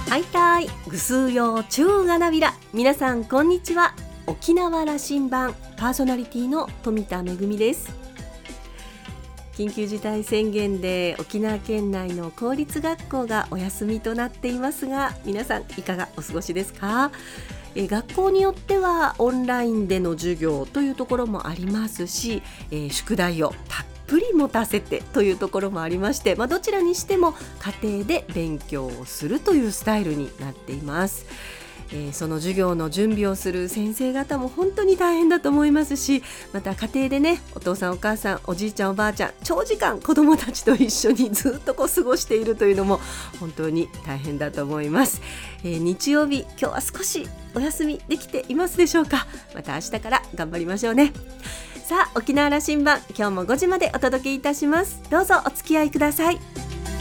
はいたいぐすうようちゅうがなびら。皆さんこんにちは。沖縄羅針盤パーソナリティの富田恵です。緊急事態宣言で沖縄県内の公立学校がお休みとなっていますが、皆さんいかがお過ごしですか？学校によってはオンラインでの授業というところもありますし、宿題をたっぷり持たせてというところもありまして、どちらにしても家庭で勉強をするというスタイルになっています。その授業の準備をする先生方も本当に大変だと思いますし、また家庭でね、お父さんお母さんおじいちゃんおばあちゃん長時間子どもたちと一緒にずっと過ごしているというのも本当に大変だと思います。日曜日、今日は少しお休みできていますでしょうか？また明日から頑張りましょうね。さあ、沖縄羅針盤、今日も5時までお届けいたします。どうぞお付き合いください。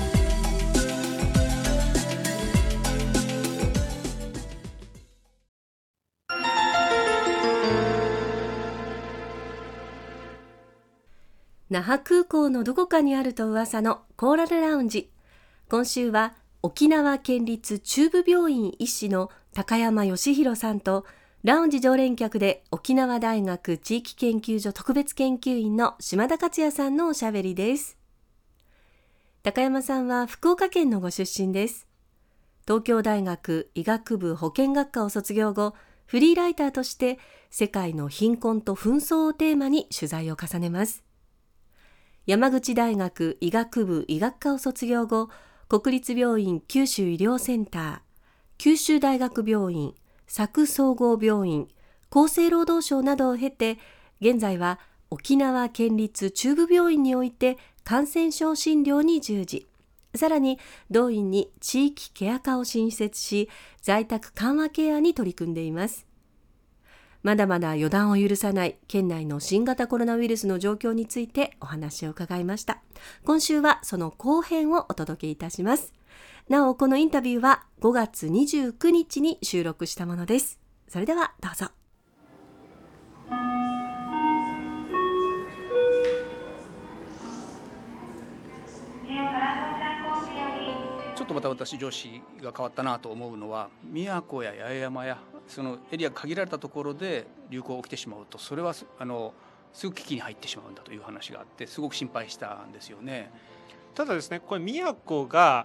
那覇空港のどこかにあると噂のコーラルラウンジ。今週は沖縄県立中部病院医師の高山義弘さんと、ラウンジ常連客で沖縄大学地域研究所特別研究員の島田克也さんのおしゃべりです。高山さんは福岡県のご出身です。東京大学医学部保健学科を卒業後、フリーライターとして世界の貧困と紛争をテーマに取材を重ねます。山口大学医学部医学科を卒業後、国立病院九州医療センター、九州大学病院、佐久総合病院、厚生労働省などを経て、現在は沖縄県立中部病院において感染症診療に従事。さらに同院に地域ケア科を新設し、在宅緩和ケアに取り組んでいます。まだまだ予断を許さない県内の新型コロナウイルスの状況についてお話を伺いました。今週はその後編をお届けいたします。なお、このインタビューは5月29日に収録したものです。それではどうぞ。 ちょっとまた私上司が変わったなと思うのは、宮古や八重山やそのエリア限られたところで流行が起きてしまうと、それはすぐ危機に入ってしまうんだという話があって、すごく心配したんですよね。 ただですね、これ宮古が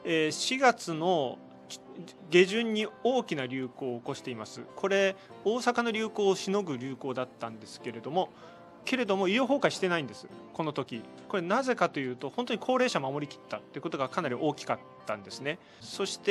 4月の下旬に大きな流行を起こしています。これ大阪の流行をしのぐ流行だったんですけれども医療崩壊してないんです。この時これなぜかというと、本当に高齢者守りきったということがかなり大きかったんですね。そして、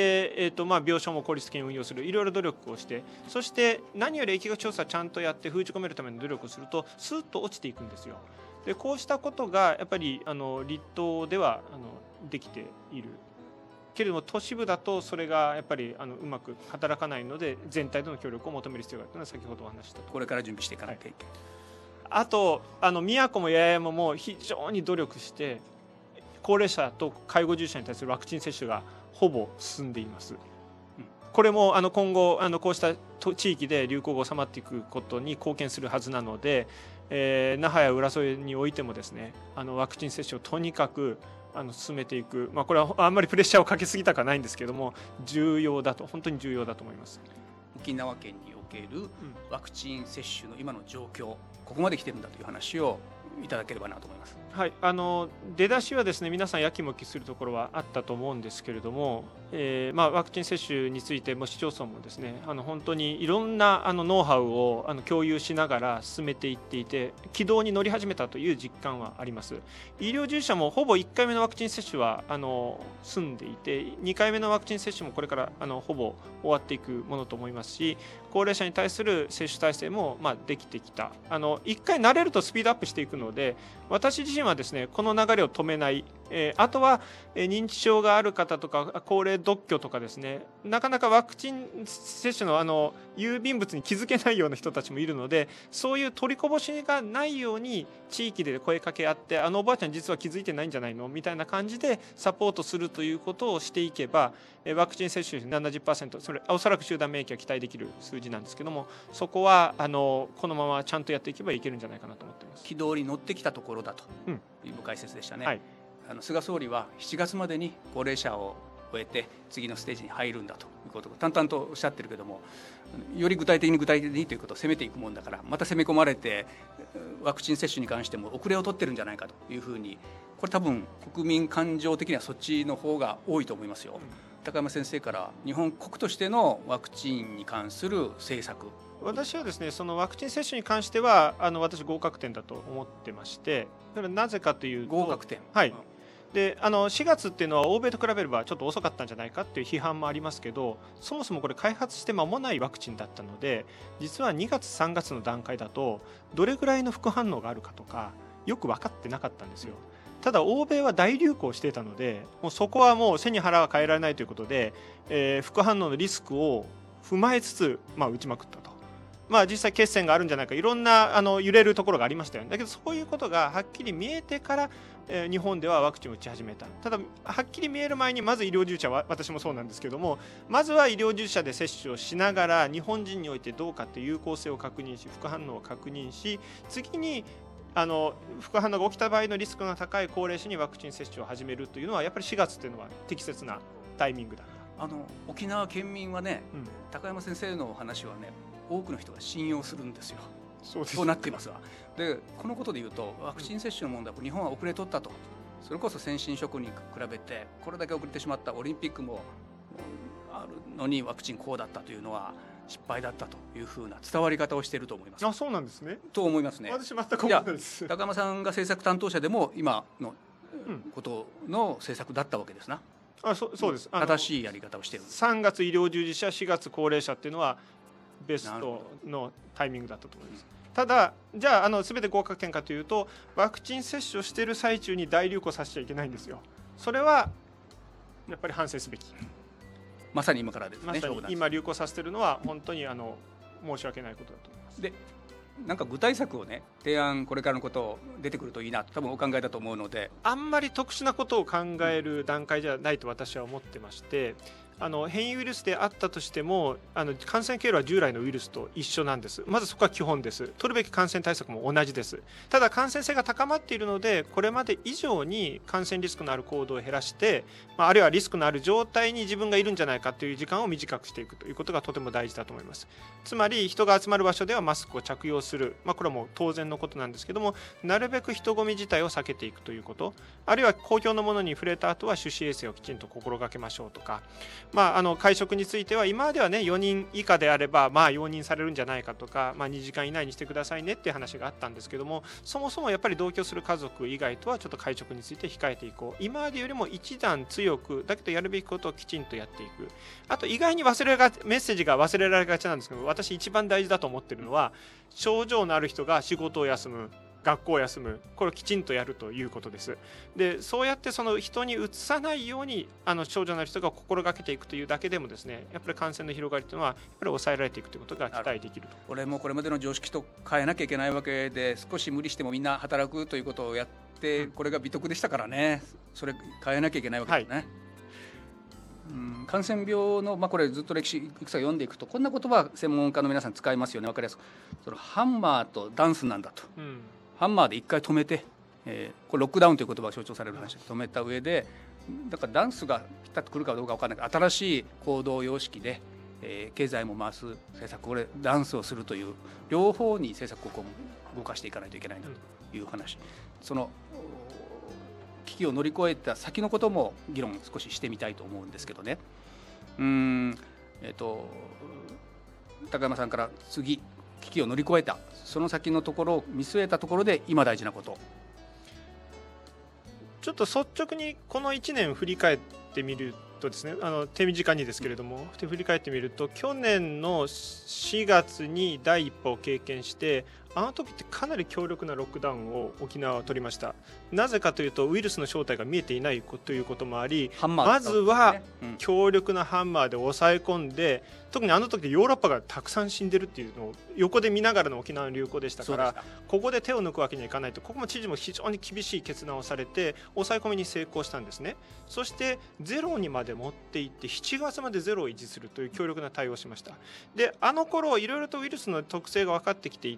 病床も効率的に運用する、いろいろ努力をして、そして何より疫学調査ちゃんとやって封じ込めるための努力をするとスーッと落ちていくんですよ。でこうしたことがやっぱり離島ではできているけれども、都市部だとそれがやっぱりうまく働かないので、全体での協力を求める必要があるというのは先ほどお話したと。 これから準備していかなきゃいけない。 あと宮古も八重山も非常に努力して、高齢者と介護従事者に対するワクチン接種がほぼ進んでいます。これも今後こうした地域で流行が収まっていくことに貢献するはずなので、那覇や浦添においてもですね、ワクチン接種をとにかく進めていく、これはあんまりプレッシャーをかけすぎたかないんですけども、本当に重要だと思います。 沖縄県におけるワクチン接種の今の状況、ここまで来てるんだという話をいただければなと思います。 はい、出だしはですね、皆さんやきもきするところはあったと思うんですけれども、ワクチン接種についても市町村もですね、本当にいろんなノウハウを共有しながら進めていっていて、軌道に乗り始めたという実感はあります。医療従事者もほぼ1回目のワクチン接種は済んでいて、2回目のワクチン接種もこれからほぼ終わっていくものと思いますし、高齢者に対する接種体制もできてきた。1回慣れるとスピードアップしていくので、私自身はですね、この流れを止めない、あとは認知症がある方とか高齢独居とかですね、なかなかワクチン接種の郵便物に気づけないような人たちもいるので、そういう取りこぼしがないように地域で声かけ合って、おばあちゃん実は気づいてないんじゃないのみたいな感じでサポートするということをしていけば、ワクチン接種 70%、 それおそらく集団免疫が期待できる数字なんですけども、そこはこのままちゃんとやっていけばいけるんじゃないかなと思っています。 軌道に乗ってきたところだという解説でしたね。はい、菅総理は7月までに高齢者を終えて次のステージに入るんだということを淡々とおっしゃってるけども、より具体的にということを攻めていくもんだから、また攻め込まれてワクチン接種に関しても遅れを取ってるんじゃないかというふうに、これ多分国民感情的にはそっちの方が多いと思いますよ。高山先生から日本国としてのワクチンに関する政策。 私はですね、そのワクチン接種に関しては私合格点だと思ってまして、それはなぜかというと、 合格点、 はい、で4月っていうのは欧米と比べればちょっと遅かったんじゃないかっていう批判もありますけど、そもそもこれ開発して間もないワクチンだったので、実は2月3月の段階だとどれぐらいの副反応があるかとかよく分かってなかったんですよ。ただ欧米は大流行していたので、もうそこはもう背に腹は変えられないということで、副反応のリスクを踏まえつつ、打ちまくったと。実際血栓があるんじゃないか、いろんな揺れるところがありましたよね。だけどそういうことがはっきり見えてから、日本ではワクチンを打ち始めた。ただはっきり見える前にまず医療従事者は、私もそうなんですけども、まずは医療従事者で接種をしながら日本人においてどうかっていう有効性を確認し、副反応を確認し、次に副反応が起きた場合のリスクが高い高齢者にワクチン接種を始めるというのは、やっぱり4月というのは適切なタイミングだった。 沖縄県民はね、高山先生のお話はね、多くの人が信用するんですよ。そうなっていますわ。でこのことでいうと、ワクチン接種の問題は日本は遅れとったと。それこそ先進諸国に比べてこれだけ遅れてしまった。オリンピックもあるのにワクチンこうだったというのは失敗だったというふうな伝わり方をしていると思います。 そうなんですね。 と思いますね。 私全く思わないです。 高山さんが政策担当者でも今のことの政策だったわけですな。 そうです。 正しいやり方をしている。 3月医療従事者、4月高齢者っていうのはベストのタイミングだったと思います。ただじゃあ全て合格点かというと、ワクチン接種をしている最中に大流行させちゃいけないんですよ。それはやっぱり反省すべき。 まさに今からですね。 まさに今流行させているのは本当に申し訳ないことだと思います。 でなんか具体策をね、提案、これからのこと出てくるといいなと多分お考えだと思うので、 あんまり特殊なことを考える段階じゃないと私は思ってまして、変異ウイルスであったとしても感染経路は従来のウイルスと一緒なんです。まずそこは基本です。取るべき感染対策も同じです。ただ感染性が高まっているので、これまで以上に感染リスクのある行動を減らして、あるいはリスクのある状態に自分がいるんじゃないかという時間を短くしていくということがとても大事だと思います。つまり人が集まる場所ではマスクを着用する、これはもう当然のことなんですけども、なるべく人混み自体を避けていくということ、あるいは公共のものに触れた後は手指衛生をきちんと心がけましょうとか、会食については今まではね、4人以下であれば容認されるんじゃないかとか、2時間以内にしてくださいねっていう話があったんですけども、そもそもやっぱり同居する家族以外とはちょっと会食について控えていこう。今までよりも一段強く、だけどやるべきことをきちんとやっていく。あと意外にメッセージが忘れられがちなんですけど、私一番大事だと思っているのは、症状のある人が仕事を休む、学校を休む、これをきちんとやるということです。でそうやってその人にうつさないように症状のある人が心がけていくというだけでもですね、やっぱり感染の広がりというのはやっぱり抑えられていくということが期待できると。 これもこれまでの常識と変えなきゃいけないわけで、少し無理してもみんな働くということをやって、これが美徳でしたからね、それ変えなきゃいけないわけですね。感染病の、これずっと歴史いくつか読んでいくと、こんな言葉専門家の皆さん使いますよね。分かりやすく、そのハンマーとダンスなんだと、ハンマーで一回止めて、これロックダウンという言葉が象徴される話で止めた上で、だからダンスがピタッとくるかどうか分からないけど、新しい行動様式で、経済も回す政策、これダンスをするという両方に政策を動かしていかないといけないなという話、その危機を乗り越えた先のことも議論少ししてみたいと思うんですけどね。高山さんから次、危機を乗り越えたその先のところを見据えたところで今大事なこと、 ちょっと率直にこの1年振り返ってみるとですね、手短にですけれども振り返ってみると、去年の4月に第一波を経験して、あの時ってかなり強力なロックダウンを沖縄は取りました。なぜかというと、ウイルスの正体が見えていないということもあり、まずは強力なハンマーで抑え込んで、特にあの時でヨーロッパがたくさん死んでるっていうのを横で見ながらの沖縄の流行でしたから、ここで手を抜くわけにはいかないと、ここも知事も非常に厳しい決断をされて抑え込みに成功したんですね。そしてゼロにまで持っていって、7月までゼロを維持するという強力な対応をしました。であの頃いろいろとウイルスの特性が分かってきていて、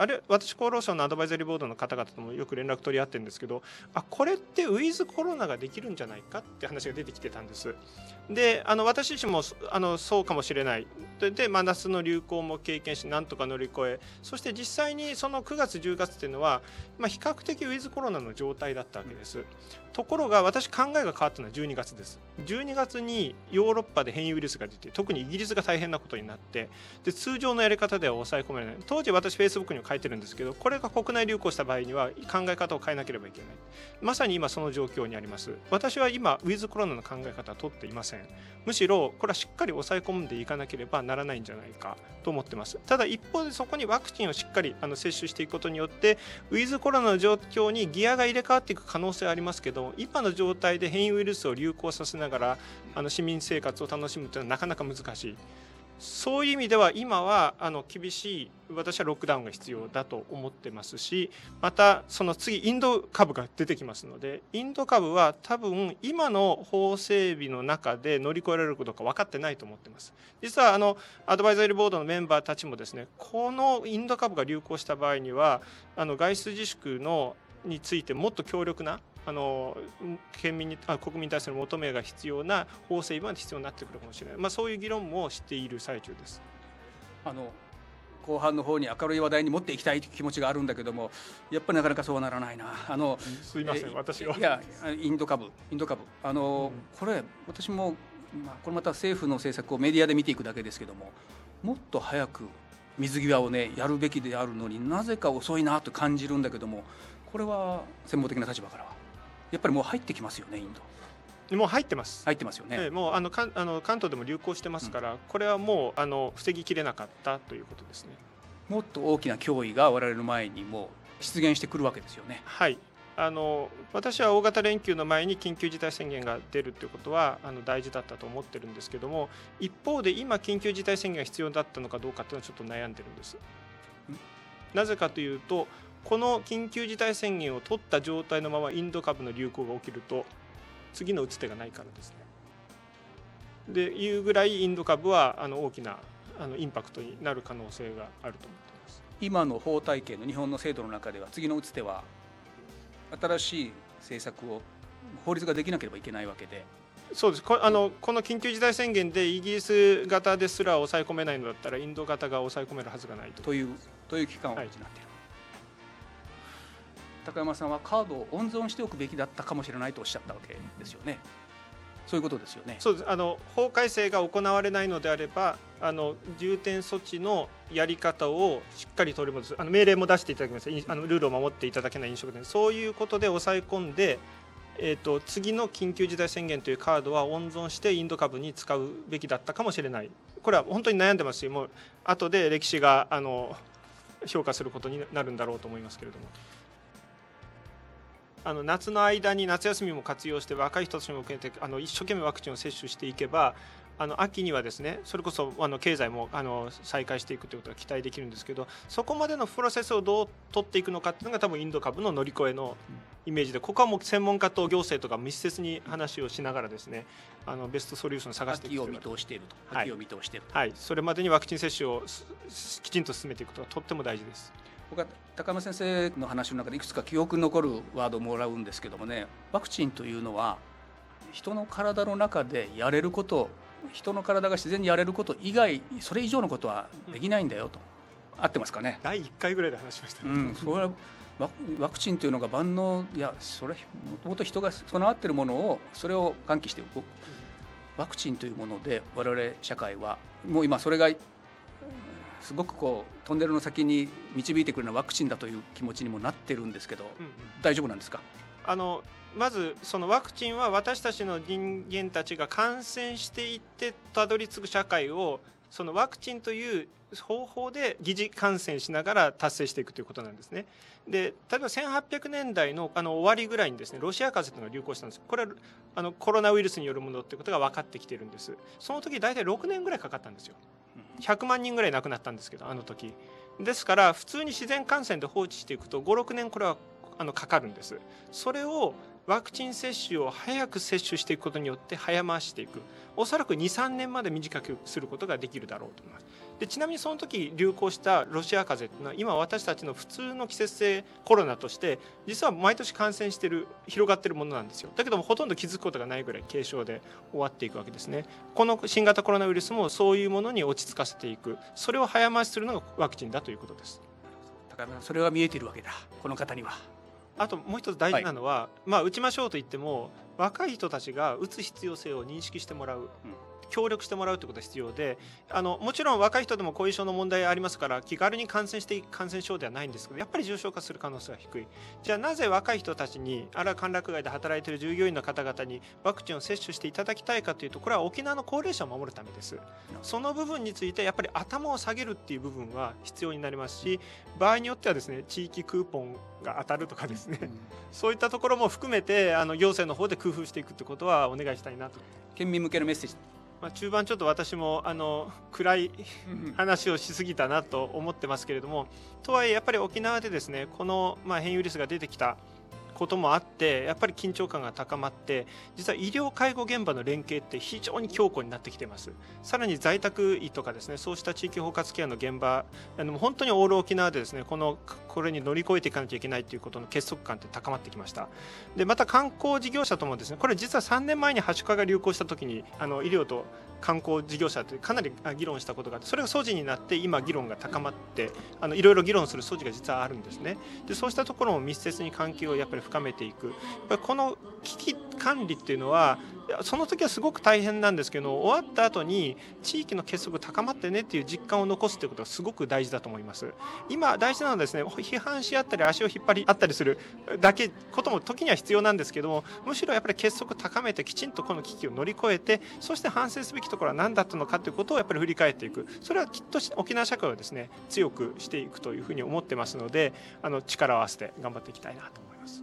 あれ私厚労省のアドバイザリーボードの方々ともよく連絡取り合ってるんですけど、これってウィズコロナができるんじゃないかって話が出てきてたんです。で私自身もそうかもしれないで、夏の流行も経験しなんとか乗り越え、そして実際にその9月10月っていうのは、比較的ウィズコロナの状態だったわけです。ところが私考えが変わったのは12月です。12月にヨーロッパで変異ウイルスが出て、特にイギリスが大変なことになって、で通常のやり方では抑え込められない。当時私 Facebook にも書いてるんですけど、これが国内流行した場合には考え方を変えなければいけない。まさに今その状況にあります。私は今ウィズコロナの考え方は取っていません。むしろこれはしっかり抑え込んでいかなければならないんじゃないかと思ってます。ただ一方でそこにワクチンをしっかり接種していくことによってウィズコロナの状況にギアが入れ替わっていく可能性はありますけど、今の状態で変異ウイルスを流行させながら市民生活を楽しむというのはなかなか難しい。そういう意味では今は厳しい、私はロックダウンが必要だと思ってますし、またその次インド株が出てきますので、インド株は多分今の法整備の中で乗り越えられることか分かってないと思ってます。実はアドバイザリーボードのメンバーたちもですね、このインド株が流行した場合には外出自粛についてもっと強力な国民に対する求めが必要な法整備まで必要になってくるかもしれない、そういう議論もしている最中です。 後半の方に明るい話題に持っていきたいという気持ちがあるんだけども、やっぱりなかなかそうはならないな。 すいません、私は。 いやインド株これ私も、これまた政府の政策をメディアで見ていくだけですけども、もっと早く水際をねやるべきであるのになぜか遅いなと感じるんだけども、これは専門的な立場からはやっぱりもう入ってきますよね。インドもう入ってます。 入ってますよね。 もう関東でも流行してますから、これはもう防ぎきれなかったということですね。 もっと大きな脅威が我々の前にも出現してくるわけですよね。 はい、私は大型連休の前に緊急事態宣言が出るということは大事だったと思ってるんですけども、一方で今緊急事態宣言が必要だったのかどうかというのはちょっと悩んでるんです。なぜかというと、この緊急事態宣言を取った状態のままインド株の流行が起きると次の打つ手がないからですね。でいうぐらいインド株は大きなインパクトになる可能性があると思っています。 今の法体系の日本の制度の中では次の打つ手は新しい政策を法律ができなければいけないわけで、 そうです。この緊急事態宣言でイギリス型ですら抑え込めないのだったらインド型が抑え込めるはずがないという危機感をお持ちになっている。高山さんはカードを温存しておくべきだったかもしれないとおっしゃったわけですよね。そういうことですよね。 そうです。法改正が行われないのであれば重点措置のやり方をしっかり取り戻す、命令も出していただきます。ルールを守っていただけない飲食店、そういうことで抑え込んで、次の緊急事態宣言というカードは温存してインド株に使うべきだったかもしれない。これは本当に悩んでますし、もう後で歴史が評価することになるんだろうと思いますけれども、夏の間に夏休みも活用して若い人たちも受けて一生懸命ワクチンを接種していけば秋にはですね、それこそ経済も再開していくということが期待できるんですけど、そこまでのプロセスをどう取っていくのかっていうのが多分インド株の乗り越えのイメージで、ここはもう専門家と行政とか密接に話をしながらですね、ベストソリューションを探していく秋を見通していると、秋を見通していると、 はい、それまでにワクチン接種をきちんと進めていくことがとっても大事です。 僕は高山先生の話の中でいくつか記憶に残るワードをもらうんですけどもね、ワクチンというのは人の体の中でやれること、人の体が自然にやれること以外、それ以上のことはできないんだよと、合ってますかね。 第1回ぐらいで話しましたね。 それはワクチンというのが万能、いやそれもともと人が備わっているものをそれを喚起しておく、ワクチンというもので我々社会はもう今それがすごくトンネルの先に導いてくるようなワクチンだという気持ちにもなってるんですけど、大丈夫なんですか？ まずそのワクチンは私たちの人間たちが感染していってたどり着く社会をそのワクチンという方法で疑似感染しながら達成していくということなんですね。で例えば1800年代の終わりぐらいにですね、ロシア風邪というのが流行したんです。これはコロナウイルスによるものということが分かってきているんです。その時大体6年ぐらいかかったんですよ。100万人ぐらい亡くなったんですけど、時ですから普通に自然感染で放置していくと 5,6 年これはかかるんです。それをワクチン接種を早く接種していくことによって早回していく、おそらく 2,3 年まで短くすることができるだろうと思います。 でちなみにその時流行したロシア風邪っていうのは今私たちの普通の季節性コロナとして実は毎年感染してる広がってるものなんですよ。だけどもほとんど気づくことがないぐらい軽症で終わっていくわけですね。この新型コロナウイルスもそういうものに落ち着かせていく、それを早回しするのがワクチンだということです。 高山さん、それは見えているわけだ、この方には。 あともう一つ大事なのは、打ちましょうと言っても若い人たちが打つ必要性を認識してもらう、協力してもらうということが必要で、もちろん若い人でも後遺症の問題ありますから気軽に感染していく感染症ではないんですけど、やっぱり重症化する可能性が低い。じゃあなぜ若い人たちに、あるいは歓楽街で働いている従業員の方々にワクチンを接種していただきたいかというと、これは沖縄の高齢者を守るためです。その部分についてやっぱり頭を下げるっていう部分は必要になりますし、場合によってはですね、地域クーポンが当たるとかですね、そういったところも含めて行政の方で工夫していくってことはお願いしたいなと。 県民向けのメッセージ。 中盤ちょっと私も暗い話をしすぎたなと思ってますけれども、とはいえやっぱり沖縄でですね、この変異ウイルスが出てきたこともあってやっぱり緊張感が高まって、実は医療介護現場の連携って非常に強固になってきています。さらに在宅医とかですね、そうした地域包括ケアの現場、本当にオール沖縄でですね、これに乗り越えていかなきゃいけないということの結束感って高まってきました。でまた観光事業者ともですね、これ実は3年前にはしかが流行した時に医療と観光事業者ってかなり議論したことがあって、それが素地になって今議論が高まっていろいろ議論する素地が実はあるんですね。でそうしたところも密接に関係をやっぱり深めていく。やっぱりこの危機管理っていうのはその時はすごく大変なんですけど、終わった後に地域の結束高まってねっていう実感を残すということがすごく大事だと思います。今大事なのはですね、批判し合ったり足を引っ張り合ったりすることも時には必要なんですけども、むしろやっぱり結束高めてきちんとこの危機を乗り越えて、そして反省すべきところは何だったのかということをやっぱり振り返っていく。それはきっと沖縄社会をですね強くしていくというふうに思ってますので、力を合わせて頑張っていきたいなと思います。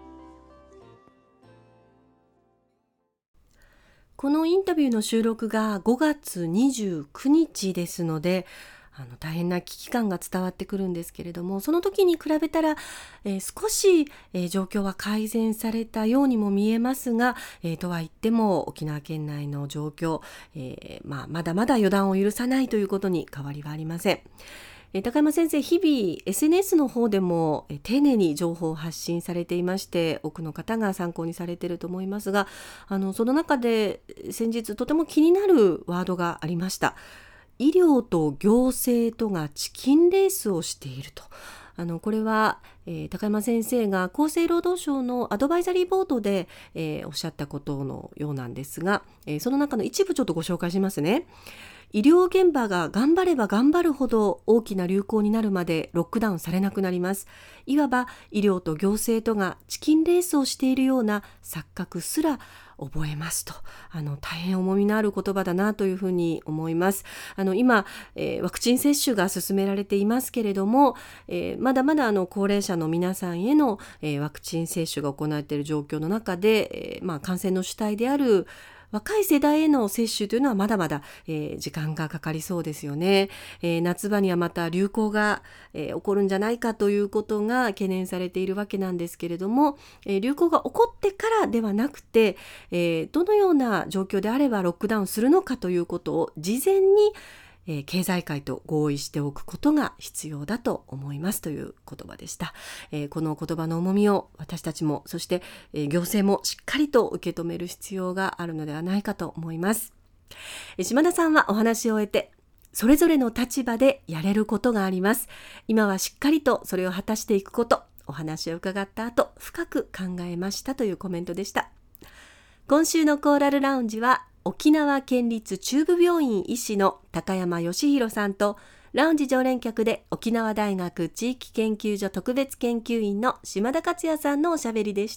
このインタビューの収録が5月29日ですので、大変な危機感が伝わってくるんですけれども、その時に比べたら、少し、状況は改善されたようにも見えますが、とは言っても沖縄県内の状況、まだまだ予断を許さないということに変わりはありません。高山先生、日々 SNS の方でも丁寧に情報を発信されていまして、多くの方が参考にされていると思いますが、その中で先日とても気になるワードがありました。医療と行政とがチキンレースをしていると。これは、高山先生が厚生労働省のアドバイザリーボードで、おっしゃったことのようなんですが、その中の一部ちょっとご紹介しますね。医療現場が頑張れば頑張るほど大きな流行になるまでロックダウンされなくなります。いわば医療と行政とがチキンレースをしているような錯覚すら覚えますと。大変重みのある言葉だなというふうに思います。今、ワクチン接種が進められていますけれども、まだまだ高齢者の皆さんへの、ワクチン接種が行われている状況の中で、感染の主体である若い世代への接種というのはまだまだ、時間がかかりそうですよね。夏場にはまた流行が、起こるんじゃないかということが懸念されているわけなんですけれども、流行が起こってからではなくて、どのような状況であればロックダウンするのかということを事前に経済界と合意しておくことが必要だと思いますという言葉でした。この言葉の重みを私たちも、そして、行政もしっかりと受け止める必要があるのではないかと思います。島田さんはお話を終えて、それぞれの立場でやれることがあります。今はしっかりとそれを果たしていくこと、お話を伺った後深く考えましたというコメントでした。今週のコーラルラウンジは沖縄県立中部病院医師の高山義弘さんと、ラウンジ常連客で沖縄大学地域研究所特別研究員の島田克也さんのおしゃべりでした。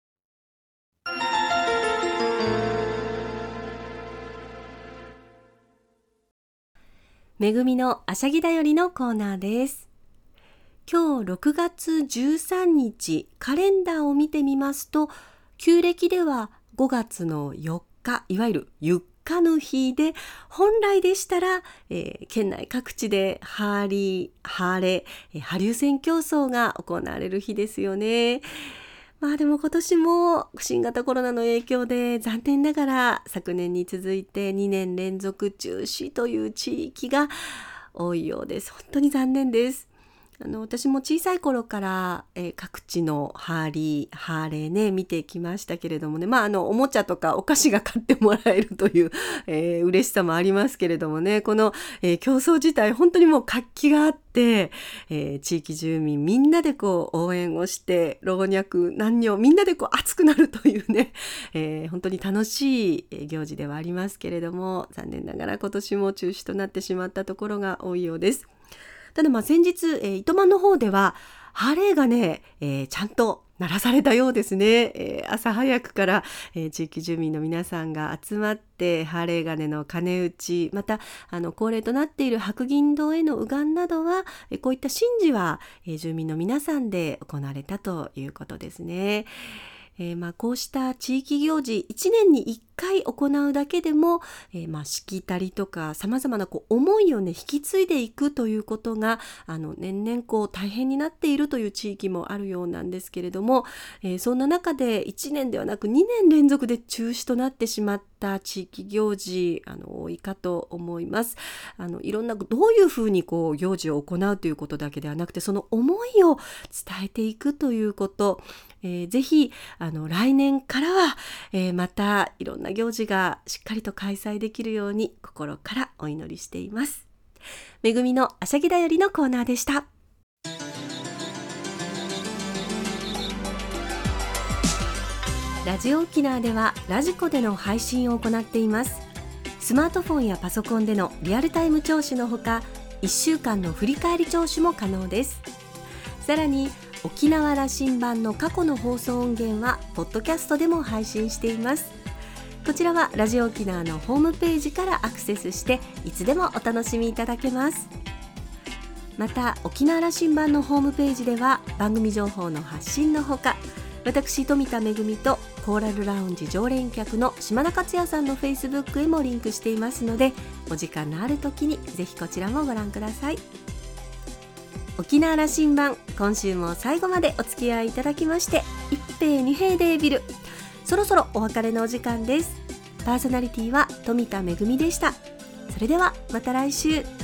めぐみのあしゃぎだよりのコーナーです。今日6月13日、カレンダーを見てみますと、旧暦では5月の4日、いわゆるゆっかの日で、本来でしたら、県内各地でハーレー、羽生線競争が行われる日ですよね。 でも今年も新型コロナの影響で残念ながら昨年に続いて2年連続中止という地域が多いようです。本当に残念です。私も小さい頃から、各地のハーレーね見てきましたけれどもね、おもちゃとかお菓子が買ってもらえるという、嬉しさもありますけれどもね、この、競争自体本当にもう活気があって、地域住民みんなで応援をして老若男女みんなで熱くなるというね、本当に楽しい行事ではありますけれども、残念ながら今年も中止となってしまったところが多いようです。ただ先日、糸満の方ではハーレーがね、ちゃんと鳴らされたようですね。朝早くから、地域住民の皆さんが集まってハーレー鐘の鐘打ち、また恒例となっている白銀堂への右岸などは、こういった神事は、住民の皆さんで行われたということですね。こうした地域行事1年に1回行うだけでも、しきたりとかさまざまな思いをね引き継いでいくということが年々大変になっているという地域もあるようなんですけれども、そんな中で1年ではなく2年連続で中止となってしまった地域行事多いかと思います。いろんなどういうふうに行事を行うということだけではなくて、その思いを伝えていくということ、ぜひ来年からは、またいろんな行事がしっかりと開催できるように心からお祈りしています。めぐみのあしゃぎだよりのコーナーでした。ラジオ沖縄ではラジコでの配信を行っています。スマートフォンやパソコンでのリアルタイム聴取のほか、1週間の振り返り聴取も可能です。さらに沖縄羅針盤の過去の放送音源はポッドキャストでも配信しています。こちらはラジオ沖縄のホームページからアクセスしていつでもお楽しみいただけます。また沖縄羅針盤のホームページでは番組情報の発信のほか、私富田恵とコーラルラウンジ常連客の島田克也さんの Facebook へもリンクしていますので、お時間のある時にぜひこちらもご覧ください。沖縄羅針盤、今週も最後までお付き合いいただきまして一平二平デービル、そろそろお別れのお時間です。パーソナリティは富田恵でした。それではまた来週。